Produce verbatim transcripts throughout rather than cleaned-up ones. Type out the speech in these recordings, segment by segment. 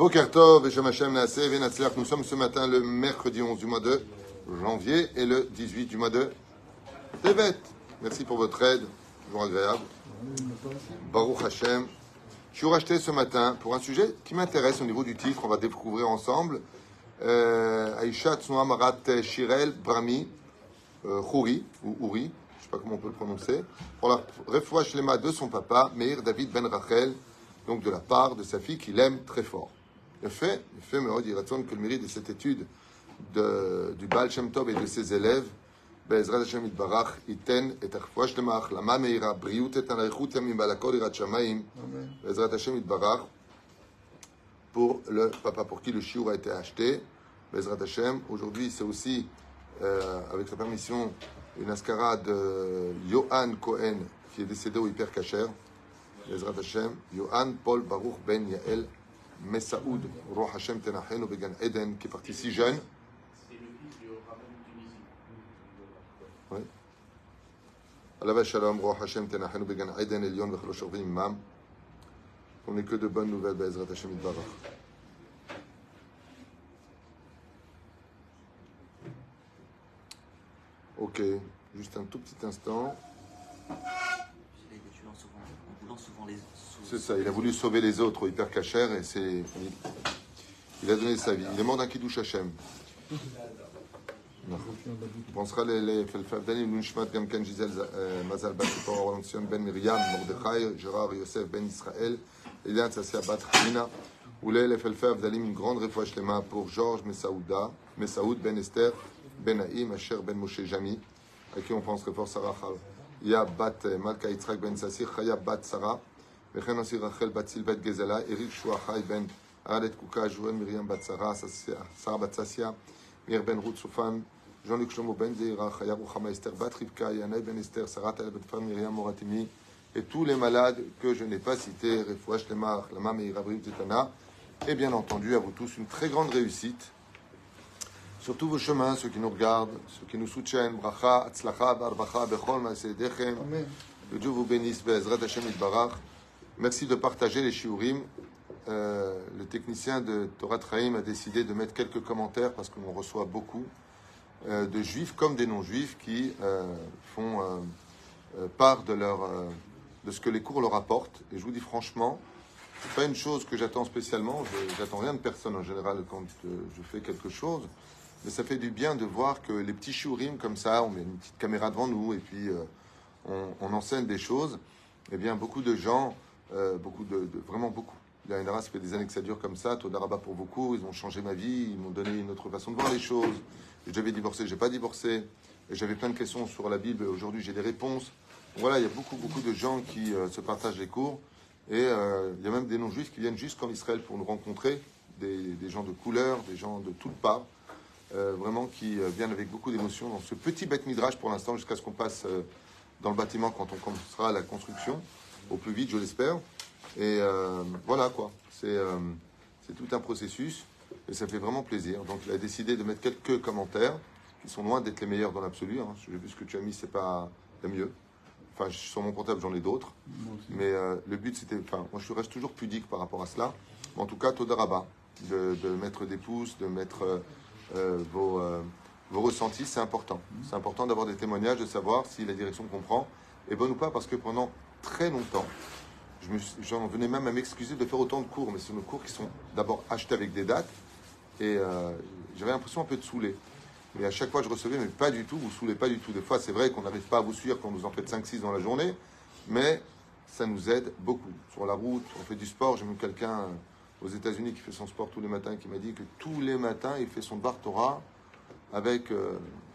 Boker Tov, Beshem Hashem Naaseh Venatzliach. Nous sommes ce matin le mercredi onze du mois de janvier et le dix-huit du mois de Tevet. Merci pour votre aide, toujours agréable. Baruch Hashem. Je suis racheté ce matin pour un sujet qui m'intéresse au niveau du titre. On va découvrir ensemble euh, Aïcha Tsnoa Marat Shirel Brahmi euh, Khouri, ou Ouri, je ne sais pas comment on peut le prononcer, pour la refoua shlema de son papa, Meir David Ben Rachel, donc de la part de sa fille qu'il aime très fort. Le fait, le fait, me dit Ratson que le mérite de cette étude de, du Baal Shem Tov et de ses élèves, Be'ezrat Hashem Yitbarach, Iten et Refoua shlema Achlama Meira, Briut et Anarichut Yamim Balakol Irat Shamayim, Be'ezrat Hashem Yitbarach, pour le papa pour qui le shiur a été acheté, Be'ezrat Hashem. Aujourd'hui, c'est aussi, euh, avec sa permission, une askara de Yohan Cohen, qui est décédé au Hyper Kacher. Be'ezrat Hashem, Yohan Paul Baruch Ben Yael Messaoud, Roh Hashem Tenachenu Began Eden, qui est parti si jeune. C'est le fils du rabbin de Tunisie. Oui. Alava Shalom, Roh Hashem Tenachenu Began Eden, Elion Vechlosh Orvim Imam. On n'est que de bonnes nouvelles, Be'ezrat Hashem Yitbarach. Ok, juste un tout petit instant. C'est ça, il a voulu sauver les autres au Hyper Kacher et c'est. Il, il a donné sa vie. Il est mort d'un Kiddush Hashem. On pensera les Felfavdani, Nunshmat, Gamken, Gisèle, Mazal Bat, Oran Sion, Ben Miriam, Mordechai, Gérard, Yosef, Ben Israël, Elian Sassia Bat Hamina, Oulé, les Felfavdalim, une grande réfoua shlema pour Georges Messaouda, Messaoud, Ben Esther, Ben Naïm, Asher, Ben Moshe Jami, à qui on pense que fort Sarah Chal. Ya Bat Malka Yitzhak Ben Sassir, Chaya Bat Sarah, Mechen aussi Rachel Bat Silvet Gezela, Eric Chouachai Ben Alet Kouka, Joël Myriam Bat Sarah, Sarah Bat Sassia, Mir Ben Ruth Soufan, Jean-Luc Shlomo Ben Zeira, Chaya Rouchama Esther Bat Rivka, Yanaï Ben Esther, Sarah Taleb Bet Fan, Myriam Moratimi, et tous les malades que je n'ai pas cités, Refouach Shlema, Lama Meira Briut Tetana, et bien entendu à vous tous une très grande réussite. Sur tous vos chemins, ceux qui nous regardent, ceux qui nous soutiennent, bracha, atzlacha, barbacha, bechol, ma'asedechem. Que Dieu vous bénisse, be'ezrat Hashem Yitbarach. Merci de partager les shiurim. Euh, le technicien de Torah Traim a décidé de mettre quelques commentaires parce qu'on reçoit beaucoup euh, de juifs comme des non-juifs qui euh, font euh, euh, part de leur euh, de ce que les cours leur apportent. Et je vous dis franchement, c'est pas une chose que j'attends spécialement. Je j'attends rien de personne en général quand euh, je fais quelque chose. Mais ça fait du bien de voir que les petits shiurim comme ça, on met une petite caméra devant nous et puis euh, on, on enseigne des choses. Eh bien, beaucoup de gens, euh, beaucoup de, de vraiment beaucoup. Il y a une race, ça fait des années que ça dure comme ça. Todaraba pour beaucoup, ils ont changé ma vie, ils m'ont donné une autre façon de voir les choses. J'avais divorcé, j'ai pas divorcé. Et j'avais plein de questions sur la Bible. Aujourd'hui, j'ai des réponses. Voilà, il y a beaucoup, beaucoup de gens qui euh, se partagent les cours. Et euh, il y a même des non-juifs qui viennent jusqu'en Israël pour nous rencontrer, des, des gens de couleur, des gens de toutes parts. Euh, vraiment qui euh, viennent avec beaucoup d'émotion dans ce petit bête midrash pour l'instant jusqu'à ce qu'on passe euh, dans le bâtiment quand on commencera la construction au plus vite, je l'espère. Et euh, voilà quoi, c'est euh, c'est tout un processus et ça fait vraiment plaisir. Donc il a décidé de mettre quelques commentaires qui sont loin d'être les meilleurs dans l'absolu. Hein. J'ai vu ce que tu as mis, c'est pas le mieux. Enfin, sur mon portable, j'en ai d'autres. Mais euh, le but, c'était... Enfin, moi, je reste toujours pudique par rapport à cela. Mais en tout cas, Todaraba, de, de mettre des pouces, de mettre... Euh, Euh, vos, euh, vos ressentis, c'est important. C'est important d'avoir des témoignages, de savoir si la direction qu'on prend est bonne ou pas, parce que pendant très longtemps, je me suis, j'en venais même à m'excuser de faire autant de cours, mais ce sont des cours qui sont d'abord achetés avec des dates, et euh, j'avais l'impression un peu de saouler. Mais à chaque fois, je recevais, mais pas du tout, vous saoulez pas du tout. Des fois, c'est vrai qu'on n'arrive pas à vous suivre quand vous en faites cinq six dans la journée, mais ça nous aide beaucoup. Sur la route, on fait du sport, j'ai même quelqu'un... aux États-Unis qui fait son sport tous les matins, qui m'a dit que tous les matins, il fait son Dvar Torah avec euh,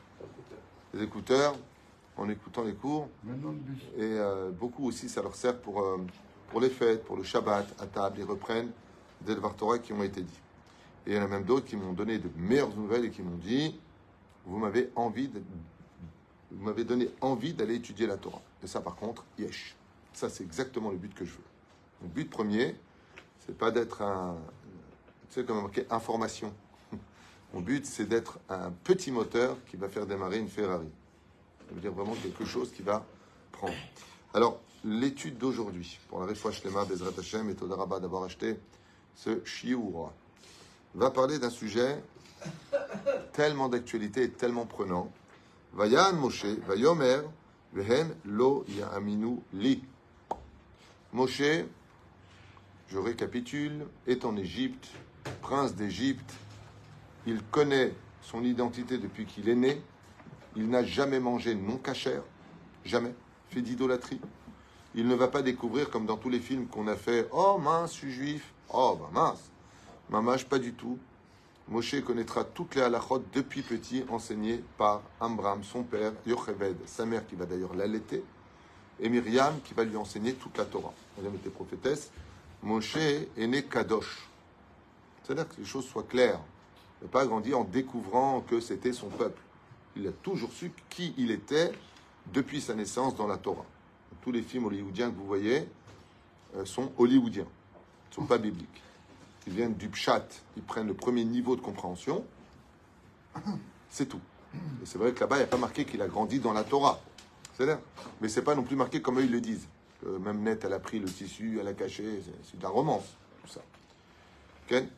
les écouteurs, en écoutant les cours. Et euh, beaucoup aussi, ça leur sert pour, euh, pour les fêtes, pour le Shabbat, à table. Ils reprennent des Dvar Torah qui ont été dits. Et il y en a même d'autres qui m'ont donné de meilleures nouvelles et qui m'ont dit, vous m'avez envie de, vous m'avez donné envie d'aller étudier la Torah. Et ça, par contre, yesh. Ça, c'est exactement le but que je veux. Le but premier, c'est pas d'être un, tu sais, comme marqué information. Mon but, c'est d'être un petit moteur qui va faire démarrer une Ferrari. Ça veut dire vraiment quelque chose qui va prendre. Alors, l'étude d'aujourd'hui, pour la Refoua Shlema, Bezrat Hashem et Todaraba d'avoir acheté ce shiur, va parler d'un sujet tellement d'actualité et tellement prenant. Vayan Moshe, Vayomer, Vehem lo ya'aminu li. Moshe, je récapitule, est en Égypte, prince d'Égypte. Il connaît son identité depuis qu'il est né. Il n'a jamais mangé non cachère, jamais, fait d'idolâtrie. Il ne va pas découvrir, comme dans tous les films qu'on a fait, « Oh mince, je suis juif. Oh ben mince. » Mamash, pas du tout. Moshe connaîtra toutes les halachot depuis petit, enseignées par Amram, son père, Yocheved, sa mère qui va d'ailleurs l'allaiter, et Myriam qui va lui enseigner toute la Torah. Myriam était prophétesse. Moshe est né Kadosh. C'est-à-dire que les choses soient claires. Il n'a pas grandi en découvrant que c'était son peuple. Il a toujours su qui il était depuis sa naissance dans la Torah. Tous les films hollywoodiens que vous voyez euh, sont hollywoodiens, ne sont pas bibliques. Ils viennent du pshat, ils prennent le premier niveau de compréhension, c'est tout. Et c'est vrai que là-bas, il n'y a pas marqué qu'il a grandi dans la Torah. C'est-à-dire, mais c'est pas non plus marqué comme eux ils le disent. Que même Net, elle a pris le tissu, elle a caché, c'est, c'est de la romance, tout ça. Ken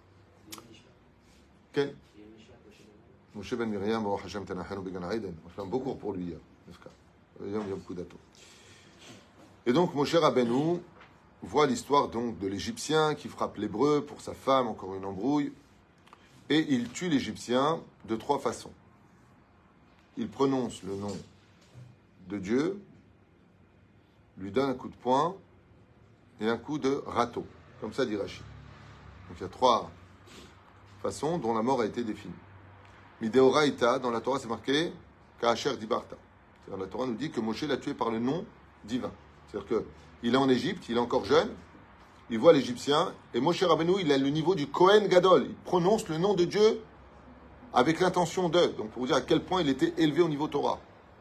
Ken Moshe ben Miriam, Baruch Hashem Tanachenu Began Aiden. On fait un beau cours pour lui hier. Il y a beaucoup d'atouts. Et donc, Moshe Rabbeinu voit l'histoire donc de l'Égyptien qui frappe l'Hébreu pour sa femme, encore une embrouille, et il tue l'Égyptien de trois façons. Il prononce le nom de Dieu, lui donne un coup de poing et un coup de râteau, comme ça dit Rashi. Donc il y a trois façons dont la mort a été définie. Mideoraita, dans la Torah c'est marqué Ka'asher Dibarta. C'est-à-dire la Torah nous dit que Moshe l'a tué par le nom divin. C'est-à-dire qu'il est en Égypte, il est encore jeune, il voit l'Égyptien, et Moshe Rabbeinu, il a le niveau du Kohen Gadol. Il prononce le nom de Dieu avec l'intention de. Donc pour vous dire à quel point il était élevé au niveau Torah.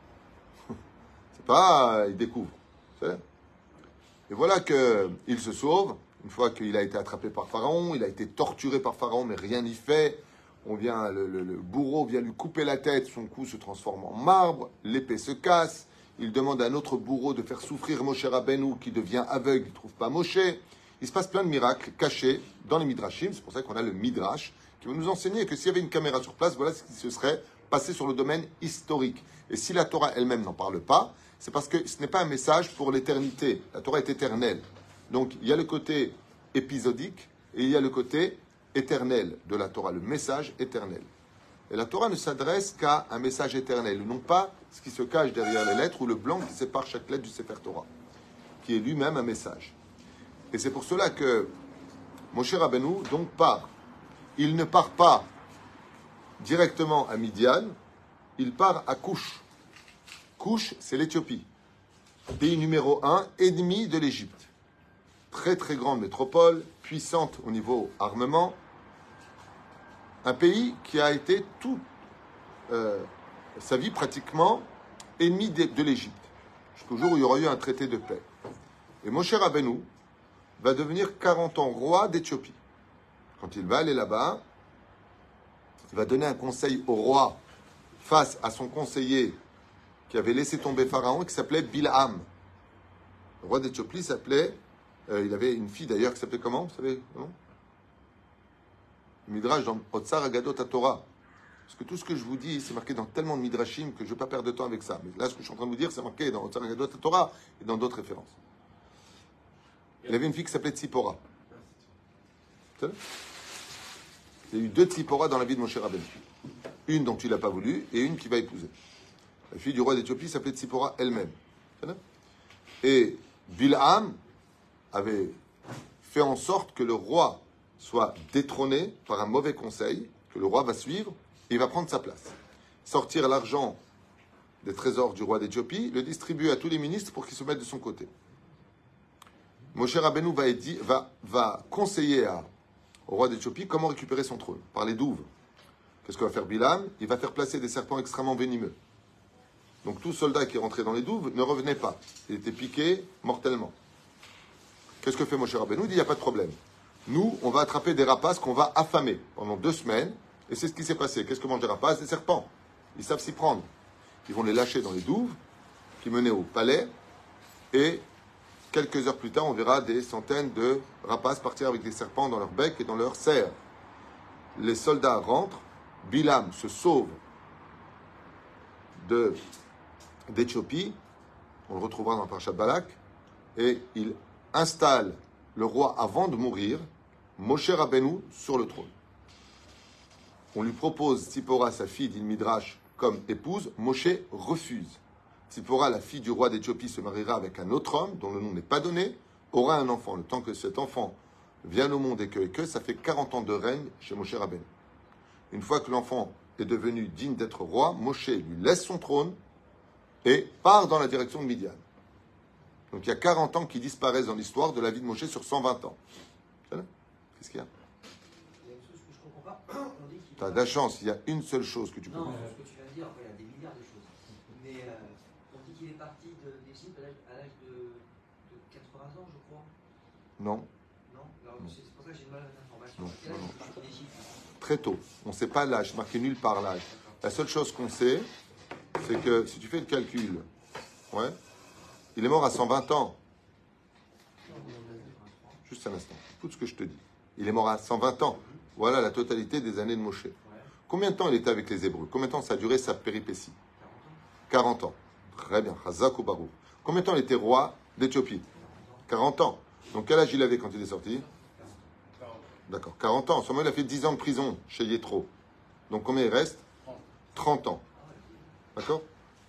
C'est pas, il découvre. C'est et voilà qu'il se sauve, une fois qu'il a été attrapé par Pharaon, il a été torturé par Pharaon, mais rien n'y fait. On vient, le, le, le bourreau vient lui couper la tête, son cou se transforme en marbre, l'épée se casse. Il demande à un autre bourreau de faire souffrir Moshe Rabbeinu qui devient aveugle, il ne trouve pas Moshe. Il se passe plein de miracles cachés dans les midrashim. C'est pour ça qu'on a le midrash qui va nous enseigner que s'il y avait une caméra sur place, voilà ce qui se serait passé sur le domaine historique. Et si la Torah elle-même n'en parle pas, c'est parce que ce n'est pas un message pour l'éternité. La Torah est éternelle. Donc il y a le côté épisodique et il y a le côté éternel de la Torah, le message éternel. Et la Torah ne s'adresse qu'à un message éternel, non pas ce qui se cache derrière les lettres ou le blanc qui sépare chaque lettre du Sefer Torah, qui est lui-même un message. Et c'est pour cela que Moshe Rabbeinu donc part. Il ne part pas directement à Midian, il part à Couche. Couche, c'est l'Éthiopie, pays numéro un, ennemi de l'Égypte. Très très grande métropole, puissante au niveau armement. Un pays qui a été toute euh, sa vie pratiquement ennemi de, de l'Égypte, jusqu'au jour où il y aura eu un traité de paix. Et Moshe Rabbeinu va devenir quarante ans roi d'Éthiopie. Quand il va aller là-bas, il va donner un conseil au roi face à son conseiller qui avait laissé tomber Pharaon, qui s'appelait Bilham. Le roi d'Éthiopie s'appelait, euh, il avait une fille d'ailleurs qui s'appelait comment, vous savez, non? Midrash dans Otsar Agadot Torah. Parce que tout ce que je vous dis, c'est marqué dans tellement de midrashim que je ne veux pas perdre de temps avec ça. Mais là, ce que je suis en train de vous dire, c'est marqué dans Otsar Agadot Torah et dans d'autres références. Il avait une fille qui s'appelait Tzipora. Il y a eu deux Tzipora dans la vie de Moshe Rabbeinu. Une dont il n'a pas voulu et une qui va épouser. La fille du roi d'Éthiopie s'appelait Tzipora elle-même. Et Bilham avait fait en sorte que le roi soit détrôné par un mauvais conseil, que le roi va suivre, et il va prendre sa place. Sortir l'argent des trésors du roi d'Éthiopie, le distribuer à tous les ministres pour qu'ils se mettent de son côté. Moshe Rabbeinu va, va, va conseiller à, au roi d'Éthiopie comment récupérer son trône, par les douves. Qu'est-ce que va faire Bilham? Il va faire placer des serpents extrêmement venimeux. Donc tout soldat qui est rentré dans les douves ne revenait pas. Il était piqué mortellement. Qu'est-ce que fait Moshe Rabbeinu? Il dit, il n'y a pas de problème. Nous, on va attraper des rapaces qu'on va affamer pendant deux semaines. Et c'est ce qui s'est passé. Qu'est-ce que mangent les rapaces? Des serpents. Ils savent s'y prendre. Ils vont les lâcher dans les douves qui menaient au palais. Et quelques heures plus tard, on verra des centaines de rapaces partir avec des serpents dans leur bec et dans leur serre. Les soldats rentrent, Bilam se sauve de, d'Éthiopie, on le retrouvera dans le Parashat Balak, et il installe le roi avant de mourir, Moshe Rabbeinu, sur le trône. On lui propose Tzipora, sa fille d'Il Midrash, comme épouse. Moshe refuse. Tzipora, la fille du roi d'Éthiopie, se mariera avec un autre homme dont le nom n'est pas donné, aura un enfant. Le temps que cet enfant vienne au monde et que, et que ça fait quarante ans de règne chez Moshe Rabbeinu. Une fois que l'enfant est devenu digne d'être roi, Moshe lui laisse son trône et part dans la direction de Midian. Donc il y a quarante ans qui disparaissent dans l'histoire de la vie de Moshe sur cent vingt ans. Qu'est-ce qu'il y a? Il y a une chose que je ne comprends pas. On dit qu'il Tu as de la chance, il y a une seule chose que tu peux Non, comprendre. ce que tu viens de dire, après, il y a des milliards de choses. Mais euh, on dit qu'il est parti de- d'Égypte à l'âge à l'âge de, de quatre-vingts ans, je crois. Non, Non, Alors, Non. C'est c'est pour ça que j'ai mal à l'information. Non, Quel âge non, non. il est parti d'Égypte? très tôt. On ne sait pas l'âge, marqué nulle part l'âge. La seule chose qu'on sait, c'est que si tu fais le calcul, ouais, il est mort à cent vingt ans. Juste un instant, écoute ce que je te dis. Il est mort à cent vingt ans. Voilà la totalité des années de Moshe. Combien de temps il était avec les Hébreux? Combien de temps ça a duré sa péripétie? quarante ans. Très bien. Chazak ou Baruch. Combien de temps il était roi d'Éthiopie? quarante ans. Donc quel âge il avait quand il est sorti? D'accord, quarante ans. En ce moment, il a fait dix ans de prison chez Yétro. Donc combien il reste? trente ans. D'accord?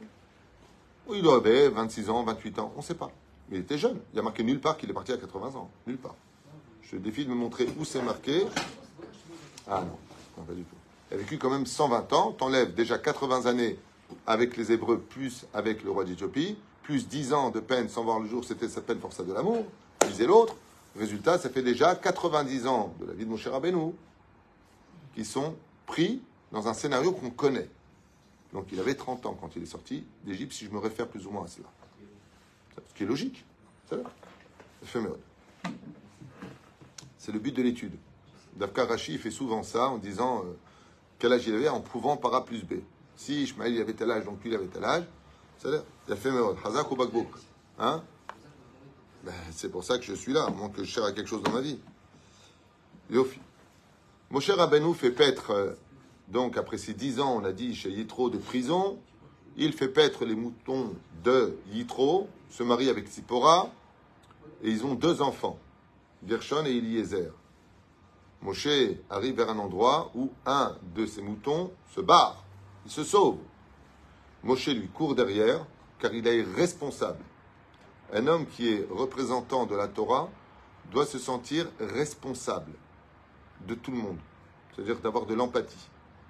Ou il avait vingt-six ans, vingt-huit ans, on ne sait pas. Mais il était jeune. Il n'y a marqué nulle part qu'il est parti à quatre-vingts ans. Nulle part. Je te défie de me montrer où c'est marqué. Ah non, non, pas du tout. Il a vécu quand même cent vingt ans. T'enlèves déjà quatre-vingts années avec les Hébreux, plus avec le roi d'Éthiopie, plus dix ans de peine sans voir le jour, c'était sa peine forçat de l'amour, disait l'autre. Résultat, ça fait déjà quatre-vingt-dix ans de la vie de Moshe Rabbeinu qui sont pris dans un scénario qu'on connaît. Donc il avait trente ans quand il est sorti d'Égypte, si je me réfère plus ou moins à cela. Ce qui est logique. C'est là. Éphéméride. C'est le but de l'étude. Dafka Rashi fait souvent ça en disant euh, quel âge il avait en prouvant par A plus B. Si Ishmaël il avait tel âge, donc lui il avait tel âge, c'est-à-dire éphéméride. Hazak ou Bakbouk. Hein? Ben, c'est pour ça que je suis là, à moins que je cherche à quelque chose dans ma vie. Yofi. Moshe Rabbeinu fait paître, euh, donc après ces dix ans, on a dit, chez Yitro de prison, il fait paître les moutons de Yitro, se marie avec Tzipora, et ils ont deux enfants, Gershon et Eliezer. Moshe arrive vers un endroit où un de ses moutons se barre, il se sauve. Moshe lui court derrière, car il est responsable. Un homme qui est représentant de la Torah doit se sentir responsable de tout le monde, c'est-à-dire d'avoir de l'empathie.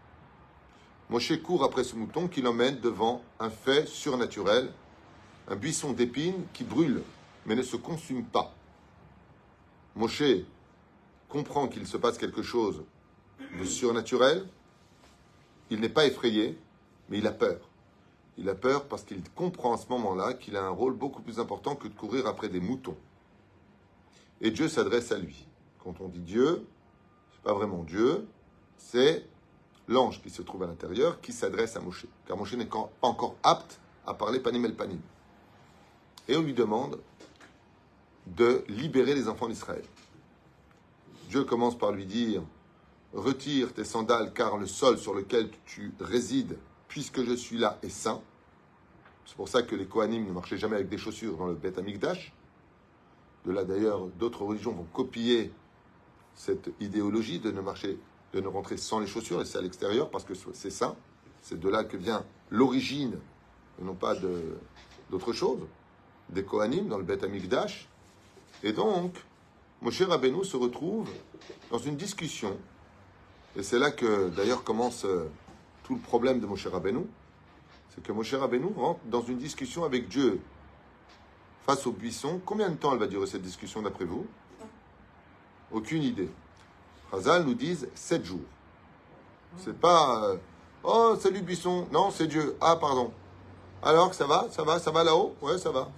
Moshe court après ce mouton qui l'emmène devant un fait surnaturel, un buisson d'épines qui brûle, mais ne se consume pas. Moshe comprend qu'il se passe quelque chose de surnaturel, il n'est pas effrayé, mais il a peur. Il a peur parce qu'il comprend à ce moment-là qu'il a un rôle beaucoup plus important que de courir après des moutons. Et Dieu s'adresse à lui. Quand on dit Dieu, c'est pas vraiment Dieu, c'est l'ange qui se trouve à l'intérieur qui s'adresse à Moshe. Car Moshe n'est pas encore apte à parler panim el panim. Et on lui demande de libérer les enfants d'Israël. Dieu commence par lui dire « Retire tes sandales car le sol sur lequel tu résides, puisque je suis là, est saint. » C'est pour ça que les Kohanim ne marchaient jamais avec des chaussures dans le Beth Amikdash. De là d'ailleurs, d'autres religions vont copier cette idéologie de ne marcher, de ne rentrer sans les chaussures, laisser à l'extérieur, parce que c'est saint. C'est de là que vient l'origine, et non pas de, d'autre chose, des Kohanim dans le Beth Amikdash. Et donc, Moshe Rabbeinu se retrouve dans une discussion, et c'est là que d'ailleurs commence tout le problème de Moshe Rabbeinu, c'est que Moshe Rabbeinu rentre dans une discussion avec Dieu face au buisson. Combien de temps elle va durer cette discussion d'après vous? Aucune idée. Chazal nous disent sept jours. C'est pas euh, oh salut buisson, non c'est Dieu. Ah pardon. Alors ça va, ça va, ça va là-haut? Ouais ça va.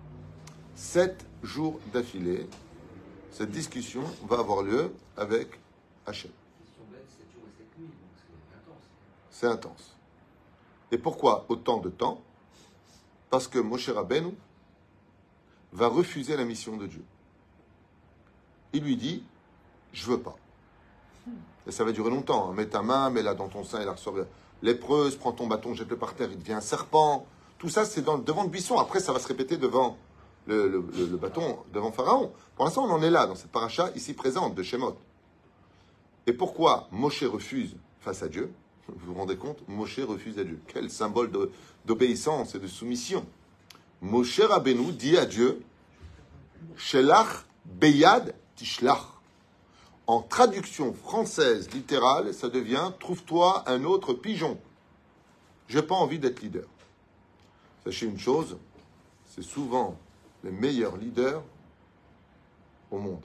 Sept jours d'affilée, cette discussion va avoir lieu avec Hachem. Question bête, sept jours et sept nuits, donc c'est intense. C'est intense. Et pourquoi autant de temps? Parce que Moshe Rabbeinu va refuser la mission de Dieu. Il lui dit, je veux pas. Et ça va durer longtemps. Hein. Mets ta main, mets-la dans ton sein et la ressort lépreuse, prends ton bâton, jette-le par terre, il devient un serpent. Tout ça, c'est dans, devant le buisson. Après, ça va se répéter devant le, le, le, le bâton, devant Pharaon. Pour l'instant, on en est là, dans cette paracha ici présente de Shemot. Et pourquoi Moshe refuse face à Dieu? Vous vous rendez compte? Moshe refuse à Dieu. Quel symbole de, d'obéissance et de soumission. Moshe Rabbeinu dit à Dieu, Shelach beyad tishlach. En traduction française littérale, ça devient « Trouve-toi un autre pigeon ». Je n'ai pas envie d'être leader. Sachez une chose, c'est souvent les meilleurs leaders au monde.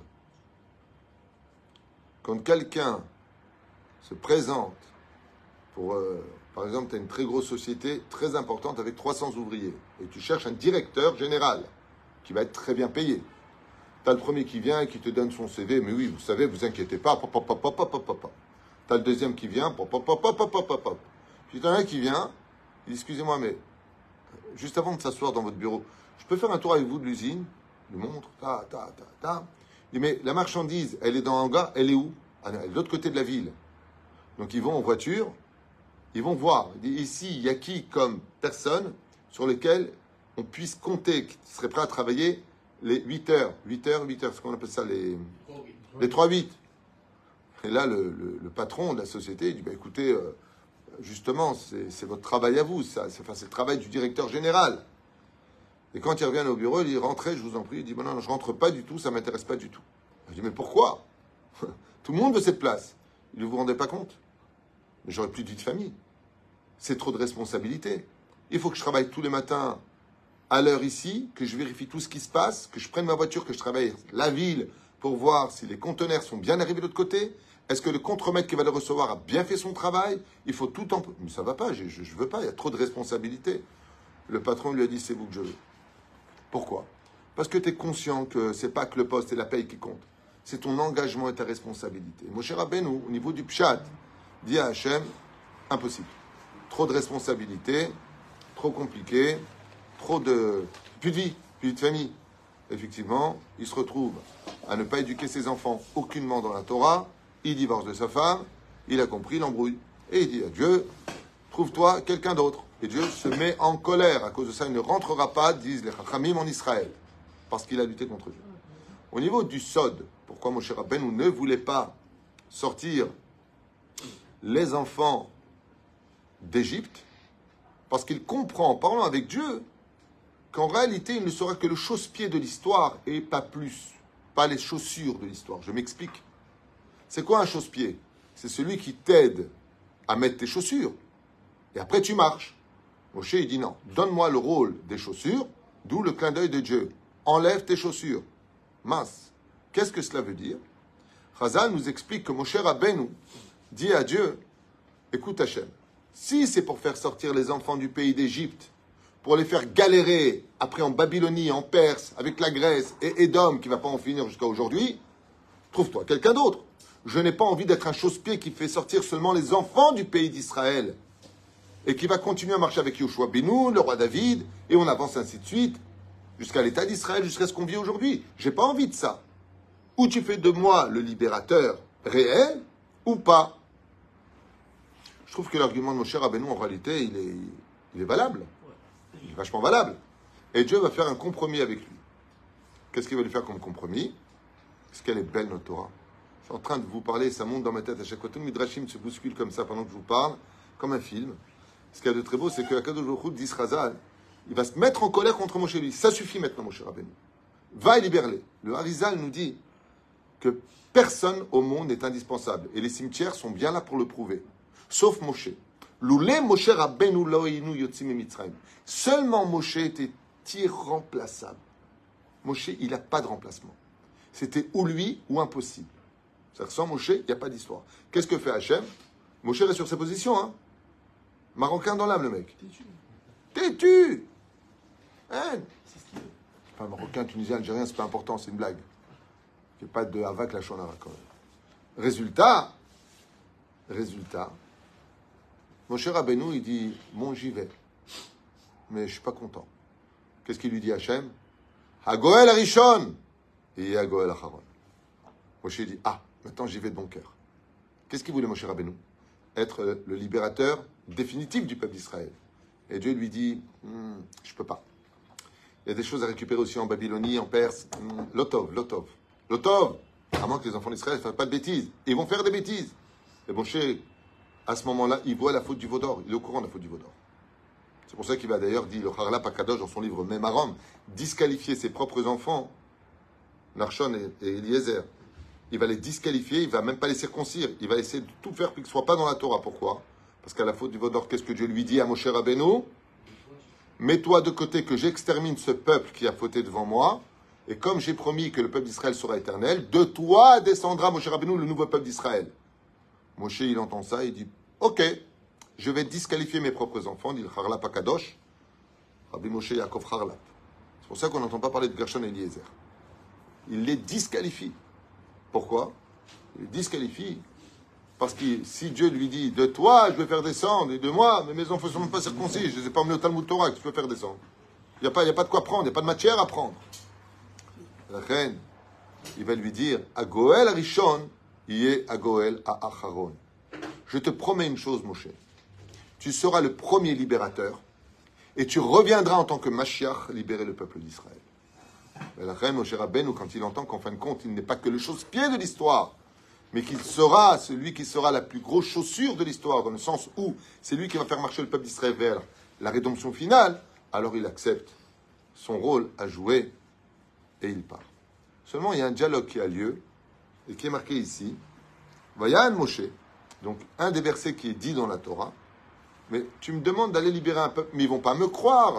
Quand quelqu'un se présente pour... Euh, par exemple, tu as une très grosse société, très importante, avec trois cents ouvriers, et tu cherches un directeur général qui va être très bien payé. Tu as le premier qui vient et qui te donne son C V, mais oui, vous savez, vous inquiétez pas, pop, pop, pop, pop, pop, pop. Tu as le deuxième qui vient, pop, pop, pop, pop, pop, pop, pop. Puis tu as un qui vient, il dit, excusez-moi, mais juste avant de s'asseoir dans votre bureau, je peux faire un tour avec vous de l'usine? Il lui montre, ta, ta, ta, ta. Il dit, mais la marchandise, elle est dans un hangar, elle est où? Ah, elle est de l'autre côté de la ville. Donc ils vont en voiture, ils vont voir. Il dit, ici, il y a qui comme personne sur lesquelles on puisse compter, qui serait prêt à travailler les huit heures, huit heures, huit heures, c'est ce qu'on appelle ça, les, les trois huit. Et là, le, le, le patron de la société, il dit, bah, écoutez, euh, justement, c'est, c'est votre travail à vous, ça, c'est, enfin, c'est le travail du directeur général. Et quand il revient au bureau, il dit, rentrez, je vous en prie. Il dit, bon, non, je rentre pas du tout, ça m'intéresse pas du tout. Je dis, mais pourquoi? Tout le monde veut cette place. Il ne vous rendez pas compte? Mais j'aurais plus de vie de famille. C'est trop de responsabilité. Il faut que je travaille tous les matins à l'heure ici, que je vérifie tout ce qui se passe, que je prenne ma voiture, que je travaille la ville pour voir si les conteneurs sont bien arrivés de l'autre côté. Est-ce que le contremaître qui va le recevoir a bien fait son travail? Il faut tout en... Mais ça va pas, je ne veux pas, il y a trop de responsabilités. Le patron lui a dit, c'est vous que je veux. Pourquoi? Parce que tu es conscient que c'est pas que le poste et la paye qui comptent. C'est ton engagement et ta responsabilité. Moshe Rabbeinu, au niveau du Pshat, dit à Hachem, impossible. Trop de responsabilités, trop compliqué, trop de... plus de vie, plus de famille. Effectivement, il se retrouve à ne pas éduquer ses enfants aucunement dans la Torah. Il divorce de sa femme, il a compris l'embrouille. Et il dit à Dieu, trouve-toi quelqu'un d'autre. Et Dieu se met en colère. À cause de ça, il ne rentrera pas, disent les Chachamim, en Israël. Parce qu'il a lutté contre Dieu. Au niveau du Sod, pourquoi Moshe Rabbeinu ne voulait pas sortir les enfants d'Égypte? Parce qu'il comprend, en parlant avec Dieu, qu'en réalité, il ne sera que le chausse-pied de l'histoire et pas plus. Pas les chaussures de l'histoire. Je m'explique. C'est quoi un chausse-pied? C'est celui qui t'aide à mettre tes chaussures. Et après, tu marches. Moshe, il dit non. Donne-moi le rôle des chaussures, d'où le clin d'œil de Dieu. Enlève tes chaussures. Mince. Qu'est-ce que cela veut dire? Chazal nous explique que Moshe Rabbeinu dit à Dieu, écoute Hachem, si c'est pour faire sortir les enfants du pays d'Égypte, pour les faire galérer après en Babylonie, en Perse, avec la Grèce et Édom, qui ne va pas en finir jusqu'à aujourd'hui, trouve-toi quelqu'un d'autre. Je n'ai pas envie d'être un chausse-pied qui fait sortir seulement les enfants du pays d'Israël et qui va continuer à marcher avec Yoshua Benoun, le roi David, et on avance ainsi de suite, jusqu'à l'État d'Israël, jusqu'à ce qu'on vit aujourd'hui. J'ai pas envie de ça. Ou tu fais de moi le libérateur réel, ou pas. Je trouve que l'argument de Moshe Rabbeinu, en réalité, il est, il est valable. Il est vachement valable. Et Dieu va faire un compromis avec lui. Qu'est-ce qu'il va lui faire comme compromis? Est-ce qu'elle est belle, notre Torah? Je suis en train de vous parler, ça monte dans ma tête à chaque fois. Tout le Midrashim se bouscule comme ça pendant que je vous parle, comme un film. Ce qu'il y a de très beau, c'est que Akadosh Baruch Hu dit Chazal, il va se mettre en colère contre Moshe. Lui. Ça suffit maintenant, Moshe Rabbeinu. Va et libère-les. Le Harizal nous dit que personne au monde n'est indispensable. Et les cimetières sont bien là pour le prouver. Sauf Moshe. Loulé Moshe Rabbeinu lo'inu yotzim mitzrayim. Seulement Moshe était irremplaçable. Moshe, il n'a pas de remplacement. C'était ou lui ou impossible. C'est-à-dire sans Moshe, il n'y a pas d'histoire. Qu'est-ce que fait Hachem? Moshe reste sur ses positions. Hein. Marocain dans l'âme, le mec. Têtu. Hein? C'est pas marocain, tunisien, algérien, c'est pas important, c'est une blague. Il n'y a pas de havak la shonara quand même. Résultat, résultat, Moshe Rabbeinu, il dit, bon, j'y vais. Mais je ne suis pas content. Qu'est-ce qu'il lui dit Hachem? Hagoel Arishon et Hagoel Acharon. Moshe dit, ah, maintenant j'y vais de bon cœur. Qu'est-ce qu'il voulait Moshe Rabbeinu? Être le libérateur définitif du peuple d'Israël. Et Dieu lui dit, hm, je ne peux pas. Il y a des choses à récupérer aussi en Babylonie, en Perse. Hm, Lotov, Lotov. Lotov, à moins que les enfants d'Israël ne fassent pas de bêtises. Ils vont faire des bêtises. Et Moshe, à ce moment-là, il voit la faute du veau d'or. Il est au courant de la faute du veau d'or. C'est pour ça qu'il va d'ailleurs, dit le Harla Pakadosh dans son livre Memarom, disqualifier ses propres enfants, Narshon et, et Eliezer. Il va les disqualifier, il ne va même pas les circoncire. Il va essayer de tout faire pour qu'ils ne soient pas dans la Torah. Pourquoi? Parce qu'à la faute du veau d'or, qu'est-ce que Dieu lui dit à Moshe Rabbeinu? Mets-toi de côté que j'extermine ce peuple qui a fauté devant moi. Et comme j'ai promis que le peuple d'Israël sera éternel, de toi descendra Moshe Rabbeinu, le nouveau peuple d'Israël. Moshe, il entend ça, il dit, ok, je vais disqualifier mes propres enfants, dit le Harla Pakadosh, Rabbi Moshe Yaakov Harla. C'est pour ça qu'on n'entend pas parler de Gershon et Eliezer. Il les disqualifie. Pourquoi? Il les disqualifie parce que si Dieu lui dit, de toi je vais faire descendre, et de moi, mais mes enfants ne sont même pas circoncis, je ne les ai pas emmenés au Talmud Torah, que tu peux faire descendre. Il n'y a, a pas de quoi prendre, il n'y a pas de matière à prendre. La reine, il va lui dire, à Goël Rishon, il est à Goël à Acharon. Je te promets une chose, Moshe. Tu seras le premier libérateur et tu reviendras en tant que Mashiach libérer le peuple d'Israël. Mais la reine Moshe Rabbeinu, quand il entend qu'en fin de compte, il n'est pas que le chausse-pied de l'histoire, mais qu'il sera celui qui sera la plus grosse chaussure de l'histoire, dans le sens où c'est lui qui va faire marcher le peuple d'Israël vers la rédemption finale, alors il accepte son rôle à jouer et il part. Seulement, il y a un dialogue qui a lieu et qui est marqué ici. Vayan Moshe, donc un des versets qui est dit dans la Torah, mais tu me demandes d'aller libérer un peuple, mais ils ne vont pas me croire.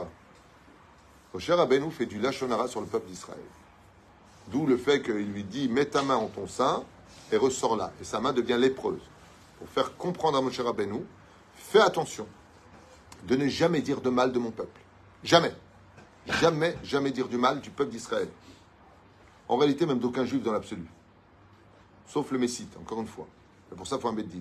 Moshe Rabbeinu fait du Lashon Hara sur le peuple d'Israël. D'où le fait qu'il lui dit, mets ta main en ton sein et ressors là. Et sa main devient lépreuse. Pour faire comprendre à Moshe Rabbeinu, fais attention de ne jamais dire de mal de mon peuple. Jamais. Jamais, jamais dire du mal du peuple d'Israël. En réalité, même d'aucun juif dans l'absolu. Sauf le Messite, encore une fois. C'est pour ça qu'il faut un Beddin.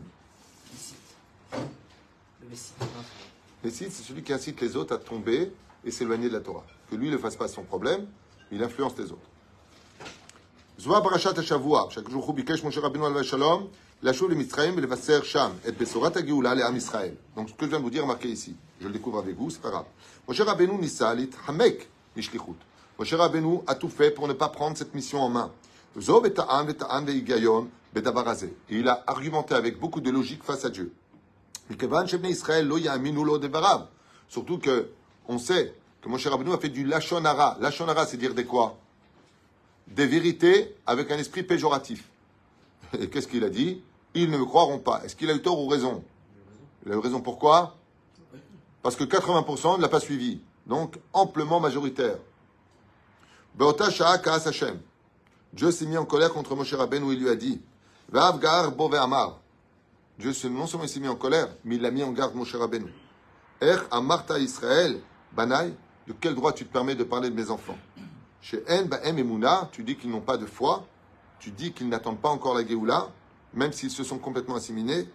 Le Messite. Le Messite, c'est celui qui incite les autres à tomber et s'éloigner de la Torah. Que lui ne fasse pas son problème, il influence les autres. Zoa parashat ha-shavua, שהקדוש ברוך הוא ביקש משה רבנו עליו השלום, לשוב למצרים ולבשר שם את בשורת הגאולה לעם ישראל. Donc ce que je viens de vous dire marqué ici, je le découvre avec vous, c'est pas grave. Moshe Rabbeinu ניסה להתחמק משליחות. Moshe Rabbeinu a tout fait pour ne pas prendre cette mission en main. זו וטען וטען והיגיון בדבר הזה. Et il a argumenté avec beaucoup de logique face à Dieu. מכיוון שבני ישראל לא יאמינו לו דבריו. Surtout que on sait que Moshe Rabbeinu a fait du Lashon Hara. Lashon Hara, c'est dire des quoi? Des vérités avec un esprit péjoratif. Et qu'est-ce qu'il a dit? Ils ne me croiront pas. Est-ce qu'il a eu tort ou raison? Il a eu raison. Pourquoi? Parce que quatre-vingts pour cent ne l'a pas suivi. Donc, amplement majoritaire. Be'ota sha'a ka'as Hashem. Dieu s'est mis en colère contre Moshe Rabbeinu où il lui a dit Va'av ga'ar bo ve'amar. Dieu non seulement s'est mis en colère, mais il l'a mis en garde Moshe Rabbeinu. Er amarta Israël, Banaï, de quel droit tu te permets de parler de mes enfants? Chez En Ba'em Emouna, tu dis qu'ils n'ont pas de foi, tu dis qu'ils n'attendent pas encore la Géoula, même s'ils se sont complètement assimilés.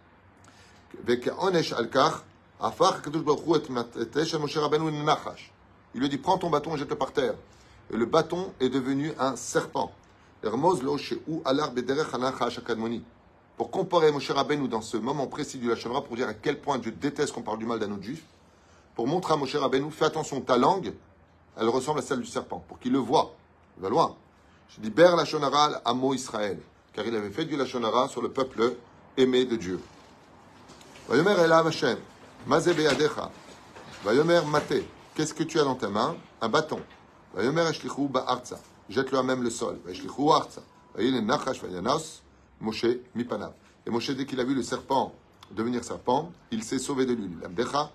Il lui dit, prends ton bâton et jette-le par terre. Et le bâton est devenu un serpent. Pour comparer Moshe Rabbeinu dans ce moment précis du Lashon Hara, pour dire à quel point Dieu déteste qu'on parle du mal d'un autre juif, pour montrer à Moshe Rabbeinu, fais attention, ta langue, elle ressemble à celle du serpent, pour qu'il le voie. Il va loin. Je dis Ber Lashon Hara à Mo Israël, car il avait fait du Lashon Hara sur le peuple aimé de Dieu. Vayomer Elav Hashem, Mazeh beyadecha, Vayomer Mate, qu'est-ce que tu as dans ta main? Un bâton. Vayomer Eshlichu ba'arza, jette-le à même le sol. Eshlichu arza, Vayil nachash vayanos, Moshe mipanav. Et Moshe, dès qu'il a vu le serpent devenir serpent, il s'est sauvé de lui. L'amdecha,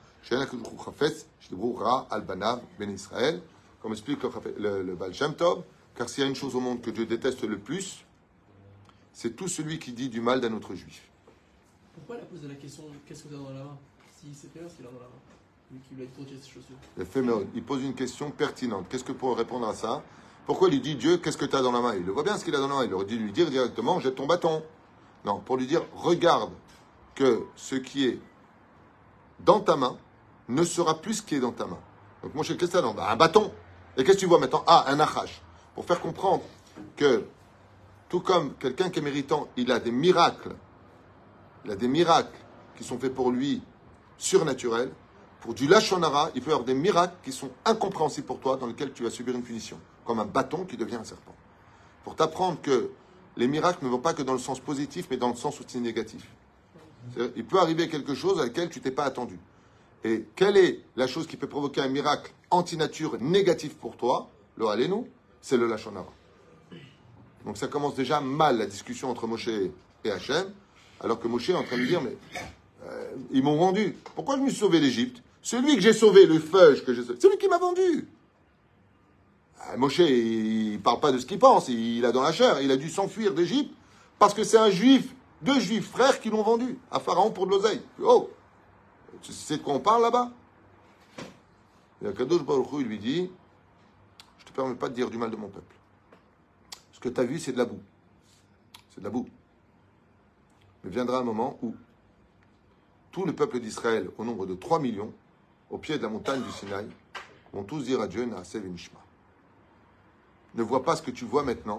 comme explique le, le Baal Shem Tov, car s'il y a une chose au monde que Dieu déteste le plus, c'est tout celui qui dit du mal d'un autre juif. Pourquoi il a posé la question qu'est-ce que tu as dans la main? S'il sait très bien ce qu'il a dans la main, lui qui lui a dit ses chaussures. Il, il pose une question pertinente. Qu'est-ce que pour répondre à ça? Pourquoi il lui dit Dieu, qu'est-ce que tu as dans la main? Il le voit bien ce qu'il a dans la main. Il aurait dû lui dire directement jette ton bâton. Non, pour lui dire regarde que ce qui est dans ta main ne sera plus ce qui est dans ta main. Donc, mon cher, qu'est-ce que tu as dans bah, un bâton. Et qu'est-ce que tu vois maintenant? Ah, un achash. pour faire comprendre que, tout comme quelqu'un qui est méritant, il a des miracles, il a des miracles qui sont faits pour lui, surnaturels. Pour du lashon hara, il peut y avoir des miracles qui sont incompréhensibles pour toi, dans lesquels tu vas subir une punition, comme un bâton qui devient un serpent. Pour t'apprendre que les miracles ne vont pas que dans le sens positif, mais dans le sens aussi négatif. C'est-à-dire, il peut arriver quelque chose à laquelle tu t'es pas attendu. Et quelle est la chose qui peut provoquer un miracle anti-nature négatif pour toi? Le Halénou, c'est le lashon hara. Donc ça commence déjà mal la discussion entre Moshe et Hachem, alors que Moshe est en train de dire, mais euh, ils m'ont vendu. Pourquoi je me suis sauvé l'Égypte? Celui que j'ai sauvé, le feuge que j'ai sauvé, c'est lui qui m'a vendu. Ah, Moshe, il ne parle pas de ce qu'il pense, il a dans la chair, il a dû s'enfuir d'Égypte parce que c'est un juif, deux juifs frères qui l'ont vendu à Pharaon pour de l'oseille. Oh, tu sais de quoi on parle là-bas? Et Akadosh Baruch Hu, il lui dit, je ne te permets pas de dire du mal de mon peuple. Ce que tu as vu, c'est de la boue. C'est de la boue. Mais viendra un moment où tout le peuple d'Israël, au nombre de trois millions, au pied de la montagne du Sinaï, vont tous dire à Dieu, Naaseh v'nishma. Ne vois pas ce que tu vois maintenant.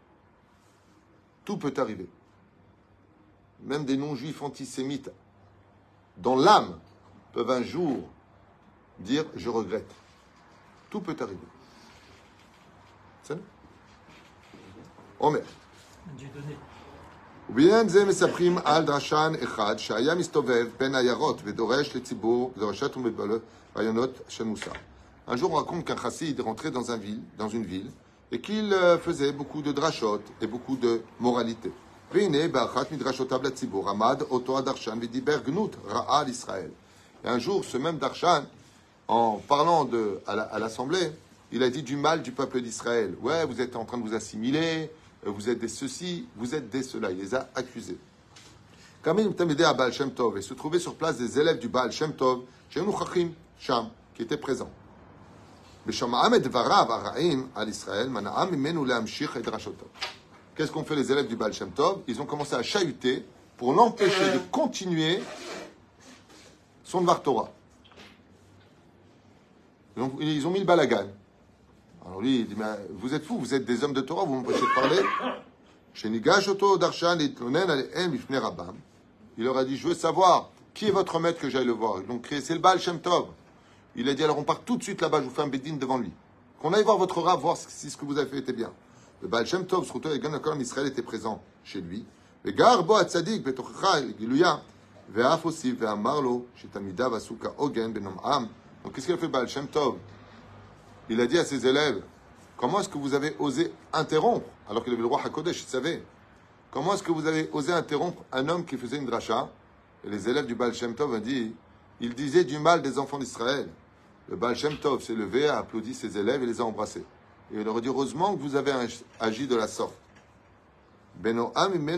Tout peut arriver. Même des non-juifs antisémites, dans l'âme, peuvent un jour dire, je regrette. Tout peut arriver. C'est ça? Omer. Dieu donné. ובעניין זה מספרים על דרשן אחד שהיה מסתובב בין עיירות ודורש לציבור, דורשת ומבלע רעיונות של מוסר. Un jour, on raconte qu'un chassid rentrait dans, un ville, dans une ville et qu'il faisait beaucoup de drashot et beaucoup de moralité. והנה באחת מדרשותיו לציבור עמד אותו הדרשן ודיבר גנות רעה על ישראל. Et un jour, ce même darshan, en parlant de, à, la, à l'assemblée, il a dit du mal du peuple d'Israël. Ouais, vous êtes en train de vous assimiler, vous êtes des ceci, vous êtes des cela. Il les a accusés. Kamim Tamidé à Baal Shem Tov, et se trouvaient sur place des élèves du Baal Shem Tov, chez Chachim Sham, qui étaient présents. Qu'est-ce qu'ont fait les élèves du Baal Shem Tov? Ils ont commencé à chahuter pour l'empêcher de continuer son Dvar Torah. Ils ont, ils ont mis le balagan. Alors lui, il dit, mais vous êtes fous, vous êtes des hommes de Torah, vous m'empêchez de parler. Il leur a dit, je veux savoir qui est votre maître que j'aille le voir. Donc c'est le Baal Shem Tov. Il a dit, alors on part tout de suite là-bas, je vous fais un bédine devant lui. Qu'on aille voir votre Rav, voir si ce que vous avez fait était bien. Le Baal Shem Tov, surtout avec Gan Israël, était présent chez lui. Donc qu'est-ce qu'il a fait le Baal Shem Tov? Il a dit à ses élèves, comment est-ce que vous avez osé interrompre, alors qu'il avait le roi HaKodesh, il savait, comment est-ce que vous avez osé interrompre un homme qui faisait une dracha? Et les élèves du Baal Shem Tov ont dit, il disait du mal des enfants d'Israël. Le Baal Shem Tov s'est levé, a applaudi ses élèves et les a embrassés. Et il leur a dit, heureusement que vous avez agi de la sorte. Il leur a dit,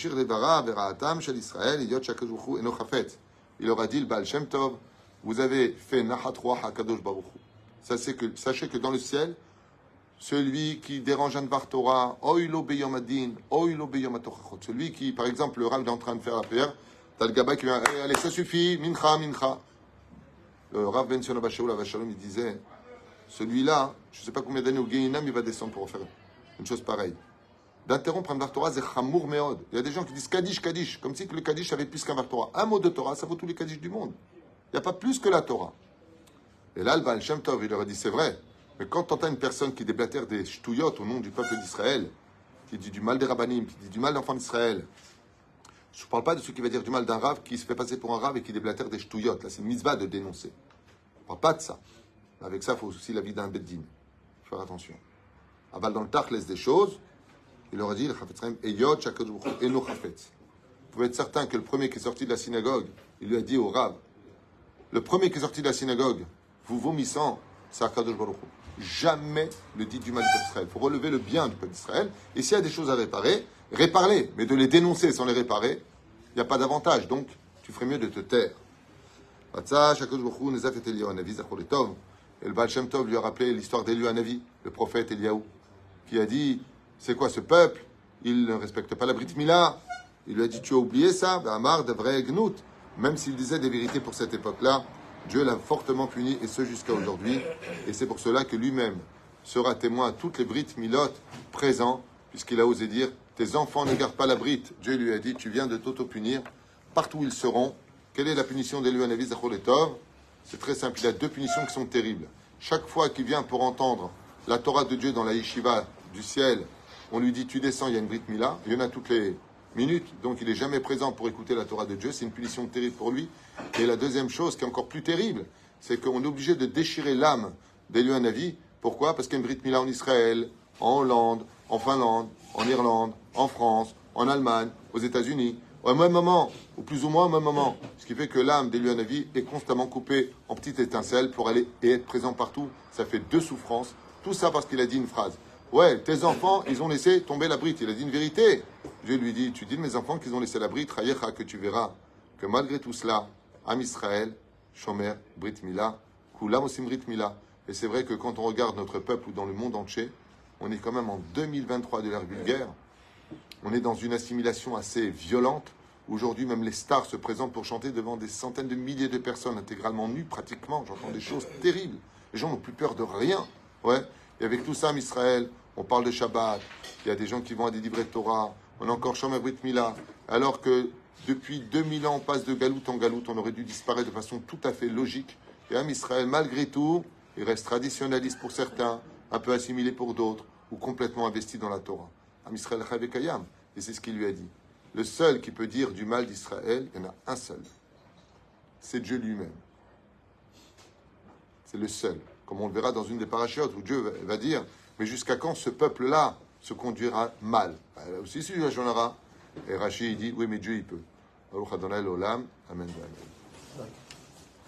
le Baal Shem Tov, vous avez fait Nahat Roi HaKadosh Baruch Hu. Sachez que, sachez que dans le ciel, celui qui dérange un Dvar Torah, Oilo Beyom Adin, Oilo Beyom Atochachot, celui qui, par exemple, le Rav est en train de faire la prière, t'as le gaba qui vient, hey, allez, ça suffit, Mincha, Mincha. Le Rav Ben Sion Abashaoul Avashalom, il disait, celui-là, je ne sais pas combien d'années au Guéinam, il va descendre pour faire une chose pareille. D'interrompre un Dvar Torah, c'est Chamour Meod. Il y a des gens qui disent Kaddish, Kaddish, comme si le Kaddish avait plus qu'un Dvar Torah. Un mot de Torah, ça vaut tous les Kaddish du monde. Il n'y a pas plus que la Torah. Et là, le Baal Shem Tov, il leur a dit, c'est vrai, mais quand tu entends une personne qui déblatère des ch'touillottes au nom du peuple d'Israël, qui dit du mal des rabbanim, qui dit du mal d'enfants d'Israël, je ne parle pas de ceux qui va dire du mal d'un rave qui se fait passer pour un rave et qui déblatère des ch'touillottes. Là, c'est une mitzvah de dénoncer. Je ne parle pas de ça. Avec ça, il faut aussi la vie d'un beddin. Il faut faire attention. Aval dans le tach laisse des choses, il leur a dit, le chafetzrem, eyot shakadosh baruch hu eno chafetz. Vous pouvez être certain que le premier qui est sorti de la synagogue, il lui a dit au rave, le premier qui est sorti de la synagogue, vous vomissant, c'est Akadosh Baruch Hu. Jamais ne dites du mal du peuple d'Israël. Il faut relever le bien du peuple d'Israël. Et s'il y a des choses à réparer, répare-les. Mais de les dénoncer sans les réparer, il n'y a pas d'avantage. Donc, tu ferais mieux de te taire. Et le Baal Shem Tov lui a rappelé l'histoire d'Eliyahu Hanavi, le prophète Eliyahu, qui a dit, c'est quoi ce peuple? Il ne respecte pas la Brit Mila. Il lui a dit, tu as oublié ça? Amar de vrai gnout. Même s'il disait des vérités pour cette époque-là, Dieu l'a fortement puni, et ce jusqu'à aujourd'hui. Et c'est pour cela que lui-même, sera témoin à toutes les brites milotes présents, puisqu'il a osé dire, tes enfants ne gardent pas la brite. Dieu lui a dit, tu viens de t'auto-punir. Partout où ils seront, quelle est la punition d'Elihu Hanavi Zachor Letov? C'est très simple, il y a deux punitions qui sont terribles. Chaque fois qu'il vient pour entendre la Torah de Dieu dans la yeshiva du ciel, on lui dit, tu descends, il y a une brite mila. Il y en a toutes les minutes, donc il n'est jamais présent pour écouter la Torah de Dieu. C'est une punition terrible pour lui. Et la deuxième chose, qui est encore plus terrible, c'est qu'on est obligé de déchirer l'âme d'Elihu Hanavi. Pourquoi? Parce qu'il y a une brite mila en Israël, en Hollande, en Finlande, en Irlande, en France, en Allemagne, aux États-Unis, au même moment, ou plus ou moins au même moment. Ce qui fait que l'âme d'Elihu Hanavi est constamment coupée en petites étincelles pour aller et être présent partout. Ça fait deux souffrances. Tout ça parce qu'il a dit une phrase. Ouais, tes enfants, ils ont laissé tomber la brite. Il a dit une vérité. Dieu lui dit, tu dis de mes enfants qu'ils ont laissé la brite, Rayecha, que tu verras que malgré tout cela, Am Israël, Shomer, Brit Mila, Kulam Osim Brit Mila. Et c'est vrai que quand on regarde notre peuple ou dans le monde entier, on est quand même en deux mille vingt-trois de l'ère vulgaire. On est dans une assimilation assez violente. Aujourd'hui, même les stars se présentent pour chanter devant des centaines de milliers de personnes, intégralement nues pratiquement. J'entends des choses terribles. Les gens n'ont plus peur de rien. Ouais. Et avec tout ça, en Israël, on parle de Shabbat. Il y a des gens qui vont à des livrets de Torah. On a encore Shomer Brit Mila. Alors que depuis deux mille ans, on passe de galoute en galoute. On aurait dû disparaître de façon tout à fait logique. Et en Israël, malgré tout, il reste traditionnaliste pour certains, un peu assimilé pour d'autres, ou complètement investi dans la Torah. Am Israël Chavekayam. Et c'est ce qu'il lui a dit. Le seul qui peut dire du mal d'Israël, il y en a un seul. C'est Dieu lui-même. C'est le seul. Comme on le verra dans une des parachutes où Dieu va dire, mais jusqu'à quand ce peuple-là se conduira mal? Là aussi, c'est Yashonara. Et Rashi, il dit, oui, mais Dieu, il peut. Baruch Adonai l'olam. Amen. Amen.